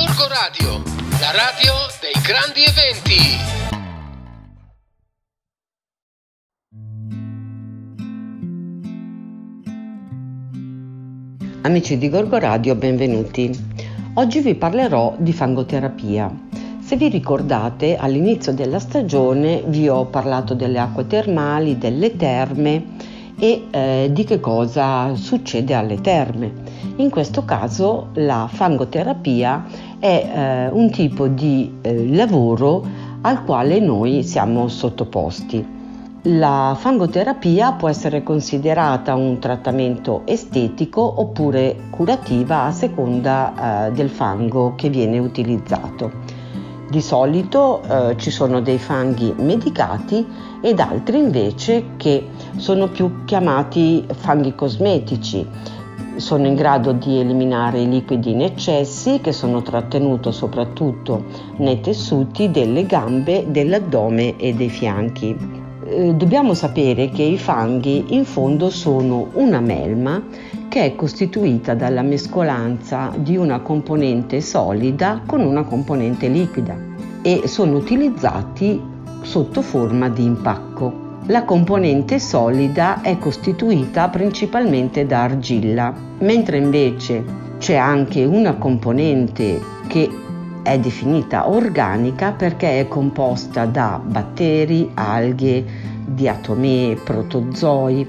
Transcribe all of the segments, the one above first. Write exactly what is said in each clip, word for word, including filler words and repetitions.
Gorgo Radio, la radio dei grandi eventi. Amici di Gorgo Radio, benvenuti. Oggi vi parlerò di fangoterapia. Se vi ricordate, all'inizio della stagione vi ho parlato delle acque termali, delle terme e eh, di che cosa succede alle terme. In questo caso la fangoterapia è eh, un tipo di eh, lavoro al quale noi siamo sottoposti. La fangoterapia può essere considerata un trattamento estetico oppure curativa a seconda eh, del fango che viene utilizzato. Di solito eh, ci sono dei fanghi medicati ed altri invece che sono più chiamati fanghi cosmetici. Sono in grado di eliminare i liquidi in eccessi che sono trattenuti soprattutto nei tessuti delle gambe, dell'addome e dei fianchi. Eh, dobbiamo sapere che i fanghi in fondo sono una melma che è costituita dalla mescolanza di una componente solida con una componente liquida e sono utilizzati sotto forma di impacco. La componente solida è costituita principalmente da argilla, mentre invece c'è anche una componente che è definita organica perché è composta da batteri, alghe, diatomee, protozoi,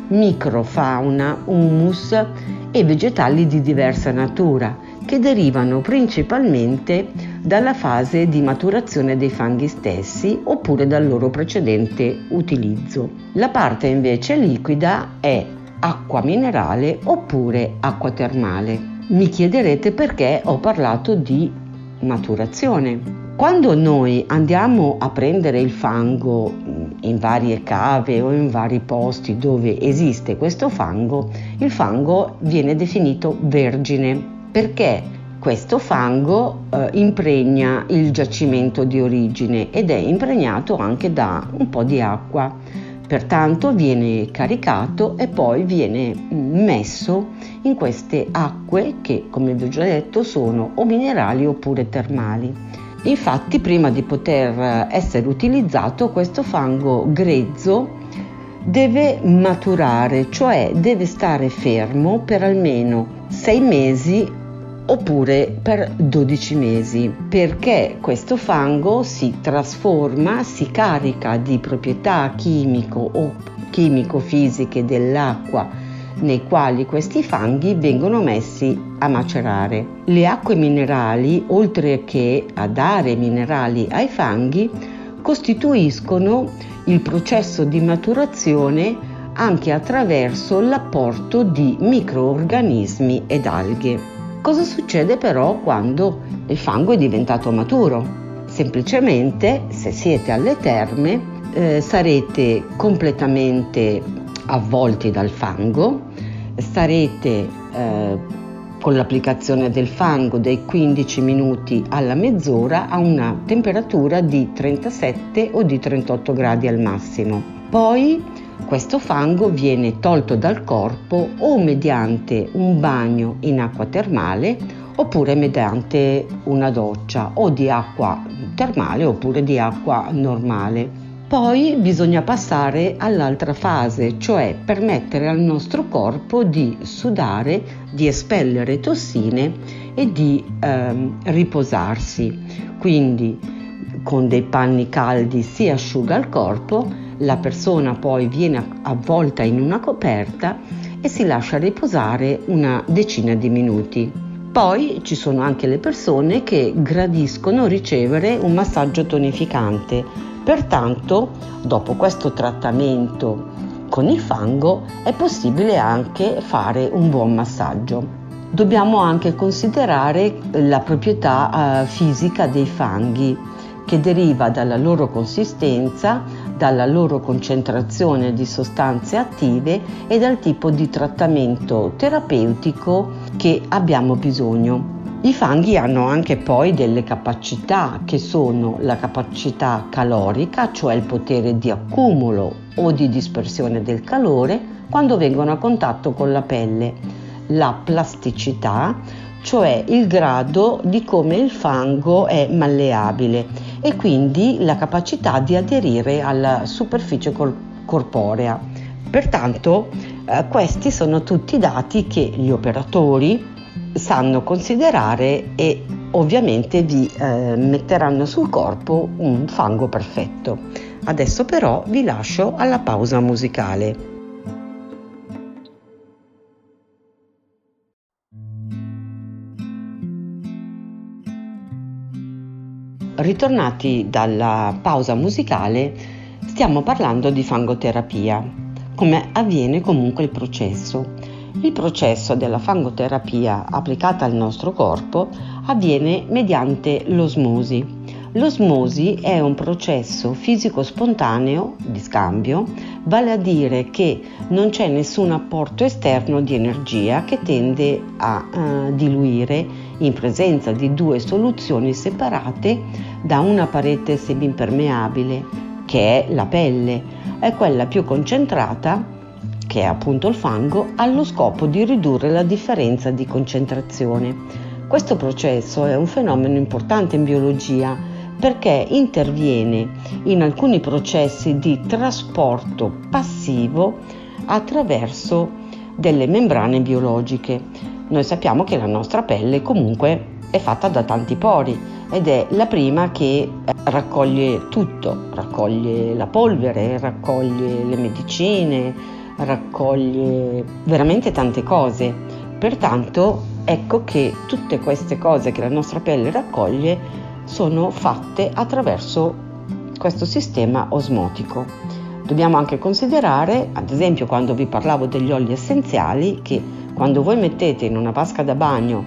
microfauna, humus e vegetali di diversa natura che derivano principalmente dalla fase di maturazione dei fanghi stessi oppure dal loro precedente utilizzo. La parte invece liquida è acqua minerale oppure acqua termale. Mi chiederete perché ho parlato di maturazione. Quando noi andiamo a prendere il fango in varie cave o in vari posti dove esiste questo fango, il fango viene definito vergine perché questo fango eh, impregna il giacimento di origine ed è impregnato anche da un po' di acqua. Pertanto viene caricato e poi viene messo in queste acque che, come vi ho già detto, sono o minerali oppure termali. Infatti, prima di poter essere utilizzato, questo fango grezzo deve maturare, cioè deve stare fermo per almeno sei mesi oppure per dodici mesi, perché questo fango si trasforma, si carica di proprietà chimico o chimico-fisiche dell'acqua nei quali questi fanghi vengono messi a macerare. Le acque minerali, oltre che a dare minerali ai fanghi, costituiscono il processo di maturazione anche attraverso l'apporto di microorganismi ed alghe. Cosa succede però quando il fango è diventato maturo? Semplicemente, se siete alle terme, eh, sarete completamente avvolti dal fango, starete eh, con l'applicazione del fango dai quindici minuti alla mezz'ora a una temperatura di trentasette o di trentotto gradi al massimo. Poi questo fango viene tolto dal corpo o mediante un bagno in acqua termale oppure mediante una doccia o di acqua termale oppure di acqua normale. Poi bisogna passare all'altra fase, cioè permettere al nostro corpo di sudare, di espellere tossine e di ehm, riposarsi. Quindi con dei panni caldi si asciuga il corpo, la persona poi viene avvolta in una coperta e si lascia riposare una decina di minuti. Poi ci sono anche le persone che gradiscono ricevere un massaggio tonificante. Pertanto, dopo questo trattamento con il fango è possibile anche fare un buon massaggio. Dobbiamo anche considerare la proprietà eh, fisica dei fanghi, che deriva dalla loro consistenza, dalla loro concentrazione di sostanze attive e dal tipo di trattamento terapeutico che abbiamo bisogno. I fanghi hanno anche poi delle capacità che sono la capacità calorica, cioè il potere di accumulo o di dispersione del calore quando vengono a contatto con la pelle, la plasticità, cioè il grado di come il fango è malleabile e quindi la capacità di aderire alla superficie cor- corporea. Pertanto eh, questi sono tutti dati che gli operatori sanno considerare e ovviamente vi eh, metteranno sul corpo un fango perfetto. Adesso però vi lascio alla pausa musicale. Ritornati dalla pausa musicale, stiamo parlando di fangoterapia, come avviene comunque il processo. Il processo della fangoterapia applicata al nostro corpo avviene mediante l'osmosi. L'osmosi è un processo fisico spontaneo di scambio, vale a dire che non c'è nessun apporto esterno di energia che tende a uh, diluire in presenza di due soluzioni separate da una parete semipermeabile, che è la pelle, è quella più concentrata, che è appunto il fango, allo scopo di ridurre la differenza di concentrazione. Questo processo è un fenomeno importante in biologia perché interviene in alcuni processi di trasporto passivo attraverso delle membrane biologiche. Noi sappiamo che la nostra pelle comunque è fatta da tanti pori ed è la prima che raccoglie tutto, raccoglie la polvere, raccoglie le medicine, raccoglie veramente tante cose. Pertanto ecco che tutte queste cose che la nostra pelle raccoglie sono fatte attraverso questo sistema osmotico. Dobbiamo anche considerare, ad esempio quando vi parlavo degli oli essenziali, che quando voi mettete in una vasca da bagno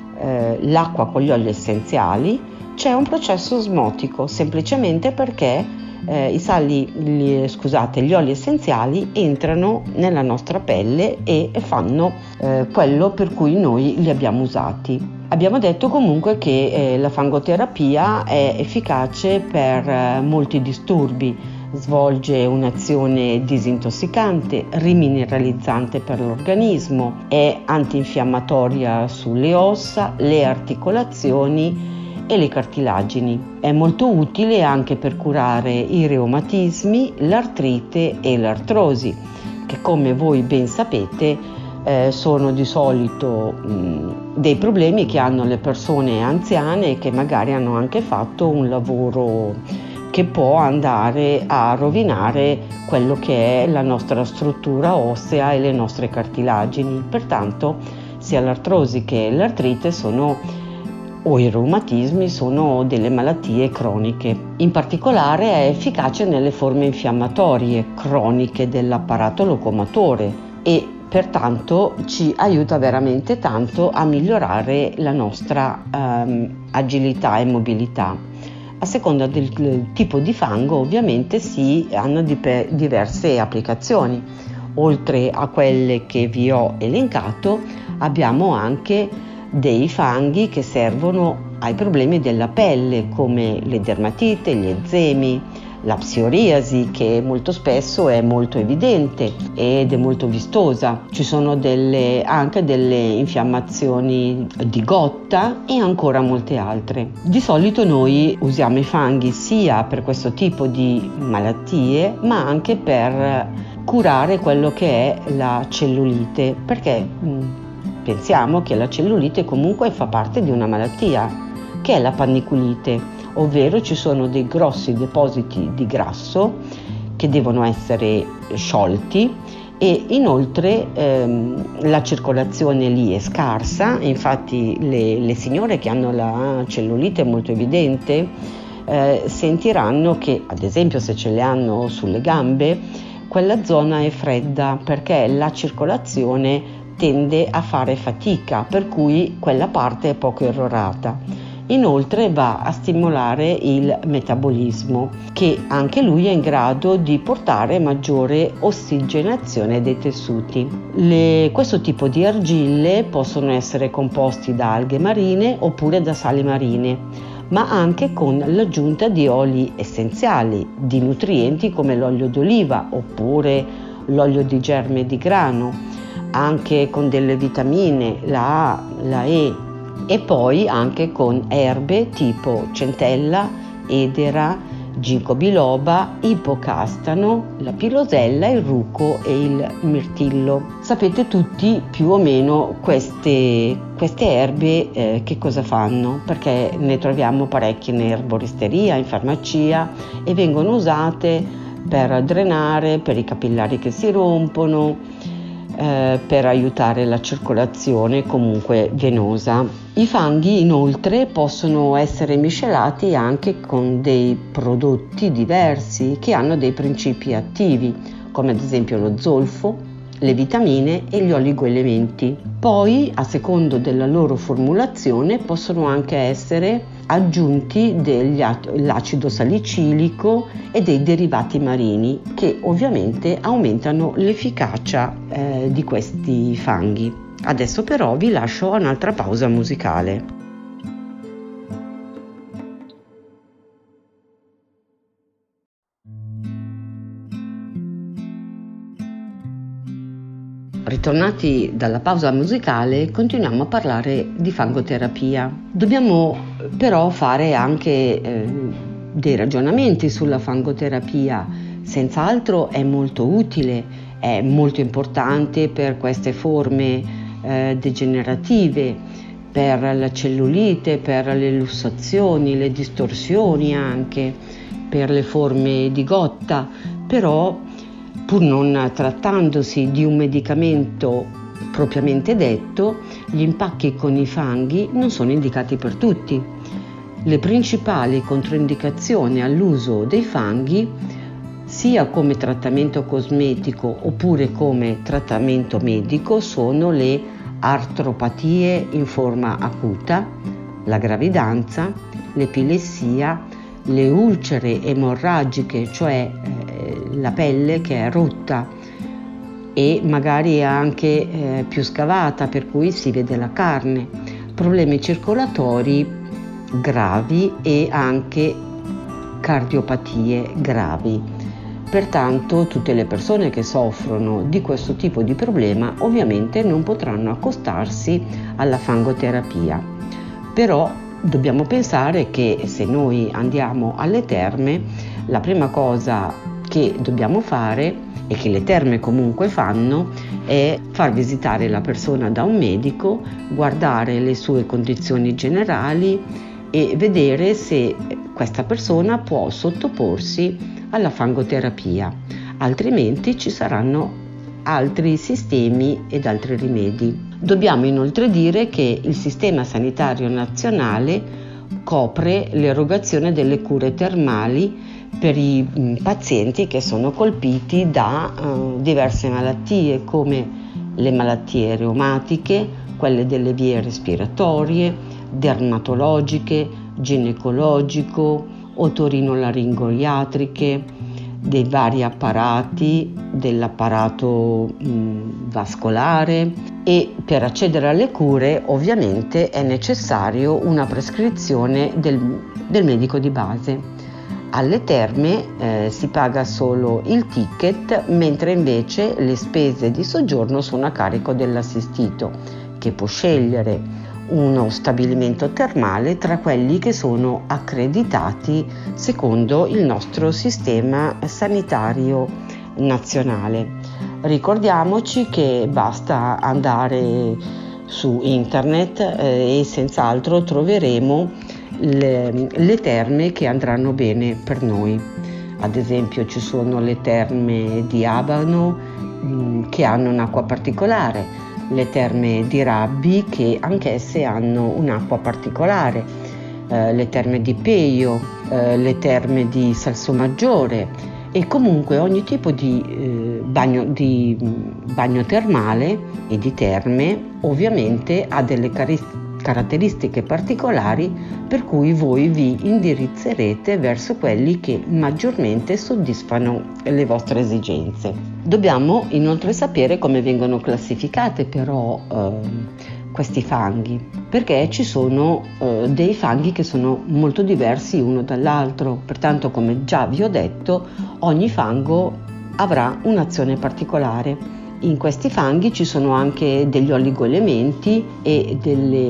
eh, l'acqua con gli oli essenziali, c'è un processo osmotico, semplicemente perché eh, i sali, gli, scusate, gli oli essenziali entrano nella nostra pelle e fanno eh, quello per cui noi li abbiamo usati. Abbiamo detto comunque che eh, la fangoterapia è efficace per eh, molti disturbi, svolge un'azione disintossicante, rimineralizzante per l'organismo, è antinfiammatoria sulle ossa, le articolazioni e le cartilagini. È molto utile anche per curare i reumatismi, l'artrite e l'artrosi, che come voi ben sapete eh, sono di solito mh, dei problemi che hanno le persone anziane e che magari hanno anche fatto un lavoro che può andare a rovinare quello che è la nostra struttura ossea e le nostre cartilagini. Pertanto sia l'artrosi che l'artrite sono o i reumatismi sono delle malattie croniche. In particolare è efficace nelle forme infiammatorie croniche dell'apparato locomotore e pertanto ci aiuta veramente tanto a migliorare la nostra ehm, agilità e mobilità. A seconda del, del tipo di fango ovviamente si hanno dip- diverse applicazioni. Oltre a quelle che vi ho elencato abbiamo anche dei fanghi che servono ai problemi della pelle come le dermatite, gli eczemi, la psoriasi, che molto spesso è molto evidente ed è molto vistosa. Ci sono delle, anche delle infiammazioni di gotta e ancora molte altre. Di solito noi usiamo i fanghi sia per questo tipo di malattie ma anche per curare quello che è la cellulite, perché mh, pensiamo che la cellulite comunque fa parte di una malattia che è la panniculite, ovvero ci sono dei grossi depositi di grasso che devono essere sciolti e inoltre ehm, la circolazione lì è scarsa. Infatti le, le signore che hanno la cellulite molto evidente eh, sentiranno che, ad esempio, se ce le hanno sulle gambe, quella zona è fredda perché la circolazione tende a fare fatica, per cui quella parte è poco errorata. Inoltre va a stimolare il metabolismo, che anche lui è in grado di portare maggiore ossigenazione dei tessuti. Le, questo tipo di argille possono essere composti da alghe marine oppure da sali marine, ma anche con l'aggiunta di oli essenziali, di nutrienti come l'olio d'oliva oppure l'olio di germe di grano, anche con delle vitamine, la A, la E e poi anche con erbe tipo centella, edera, ginkgo biloba, ipocastano, la pilosella, il ruco e il mirtillo. Sapete tutti più o meno queste, queste erbe eh, che cosa fanno, perché ne troviamo parecchie in erboristeria, in farmacia, e vengono usate per drenare, per i capillari che si rompono, eh, per aiutare la circolazione comunque venosa. I fanghi inoltre possono essere miscelati anche con dei prodotti diversi che hanno dei principi attivi, come ad esempio lo zolfo, le vitamine e gli oligoelementi. Poi, a secondo della loro formulazione, possono anche essere aggiunti dell'acido salicilico e dei derivati marini, che ovviamente aumentano l'efficacia eh, di questi fanghi. Adesso però vi lascio a un'altra pausa musicale. Ritornati dalla pausa musicale, continuiamo a parlare di fangoterapia. Dobbiamo però fare anche eh, dei ragionamenti sulla fangoterapia. Senz'altro è molto utile, è molto importante per queste forme eh, degenerative, per la cellulite, per le lussazioni, le distorsioni anche, per le forme di gotta, però pur non trattandosi di un medicamento propriamente detto, gli impacchi con i fanghi non sono indicati per tutti. Le principali controindicazioni all'uso dei fanghi, sia come trattamento cosmetico oppure come trattamento medico, sono le artropatie in forma acuta, la gravidanza, l'epilessia, le ulcere emorragiche, cioè eh, la pelle che è rotta e magari è anche eh, più scavata, per cui si vede la carne, problemi circolatori gravi e anche cardiopatie gravi. Pertanto tutte le persone che soffrono di questo tipo di problema ovviamente non potranno accostarsi alla fangoterapia. Però dobbiamo pensare che se noi andiamo alle terme, la prima cosa che dobbiamo fare, e che le terme comunque fanno, è far visitare la persona da un medico, guardare le sue condizioni generali e vedere se questa persona può sottoporsi alla fangoterapia, altrimenti ci saranno altri sistemi ed altri rimedi. Dobbiamo inoltre dire che il Sistema Sanitario Nazionale copre l'erogazione delle cure termali per i mh, pazienti che sono colpiti da uh, diverse malattie, come le malattie reumatiche, quelle delle vie respiratorie, dermatologiche, ginecologico, otorinolaringoloiatriche, dei vari apparati, dell'apparato mh, vascolare, e per accedere alle cure ovviamente è necessario una prescrizione del, del medico di base. Alle terme eh, si paga solo il ticket, mentre invece le spese di soggiorno sono a carico dell'assistito, che può scegliere uno stabilimento termale tra quelli che sono accreditati secondo il nostro sistema sanitario nazionale. Ricordiamoci che basta andare su internet eh, e senz'altro troveremo le, le terme che andranno bene per noi. Ad esempio ci sono le terme di Abano mh, che hanno un'acqua particolare, le terme di Rabbi che anch'esse hanno un'acqua particolare, eh, le terme di Peio, eh, le terme di Salsomaggiore, e comunque ogni tipo di, eh, bagno, di bagno termale e di terme ovviamente ha delle cari- caratteristiche particolari, per cui voi vi indirizzerete verso quelli che maggiormente soddisfano le vostre esigenze. Dobbiamo inoltre sapere come vengono classificate però eh, questi fanghi, perché ci sono eh, dei fanghi che sono molto diversi uno dall'altro, pertanto come già vi ho detto ogni fango avrà un'azione particolare. In questi fanghi ci sono anche degli oligoelementi e delle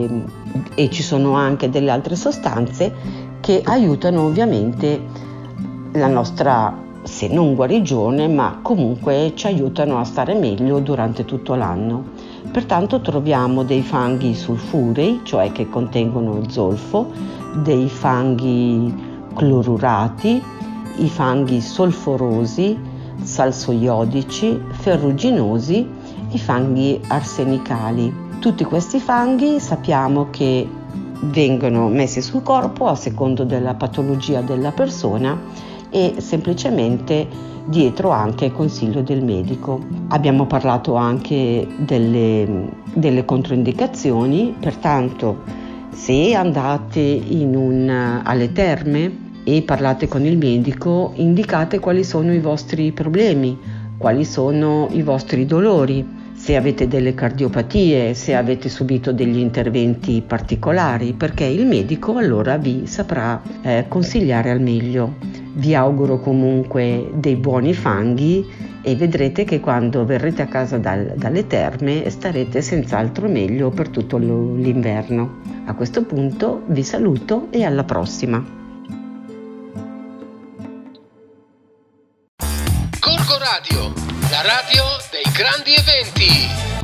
e ci sono anche delle altre sostanze che aiutano ovviamente la nostra, se non guarigione, ma comunque ci aiutano a stare meglio durante tutto l'anno. Pertanto troviamo dei fanghi sulfurei, cioè che contengono zolfo, dei fanghi clorurati, i fanghi solforosi, salsoiodici, ferruginosi, i fanghi arsenicali. Tutti questi fanghi sappiamo che vengono messi sul corpo a secondo della patologia della persona e semplicemente dietro anche il consiglio del medico. Abbiamo parlato anche delle, delle controindicazioni, pertanto se andate in un, alle terme e parlate con il medico, indicate quali sono i vostri problemi, quali sono i vostri dolori, se avete delle cardiopatie, se avete subito degli interventi particolari, perché il medico allora vi saprà eh, consigliare al meglio. Vi auguro comunque dei buoni fanghi e vedrete che quando verrete a casa dal, dalle terme starete senz'altro meglio per tutto l'inverno. A questo punto vi saluto e alla prossima. Gorgo Radio, la radio dei grandi eventi.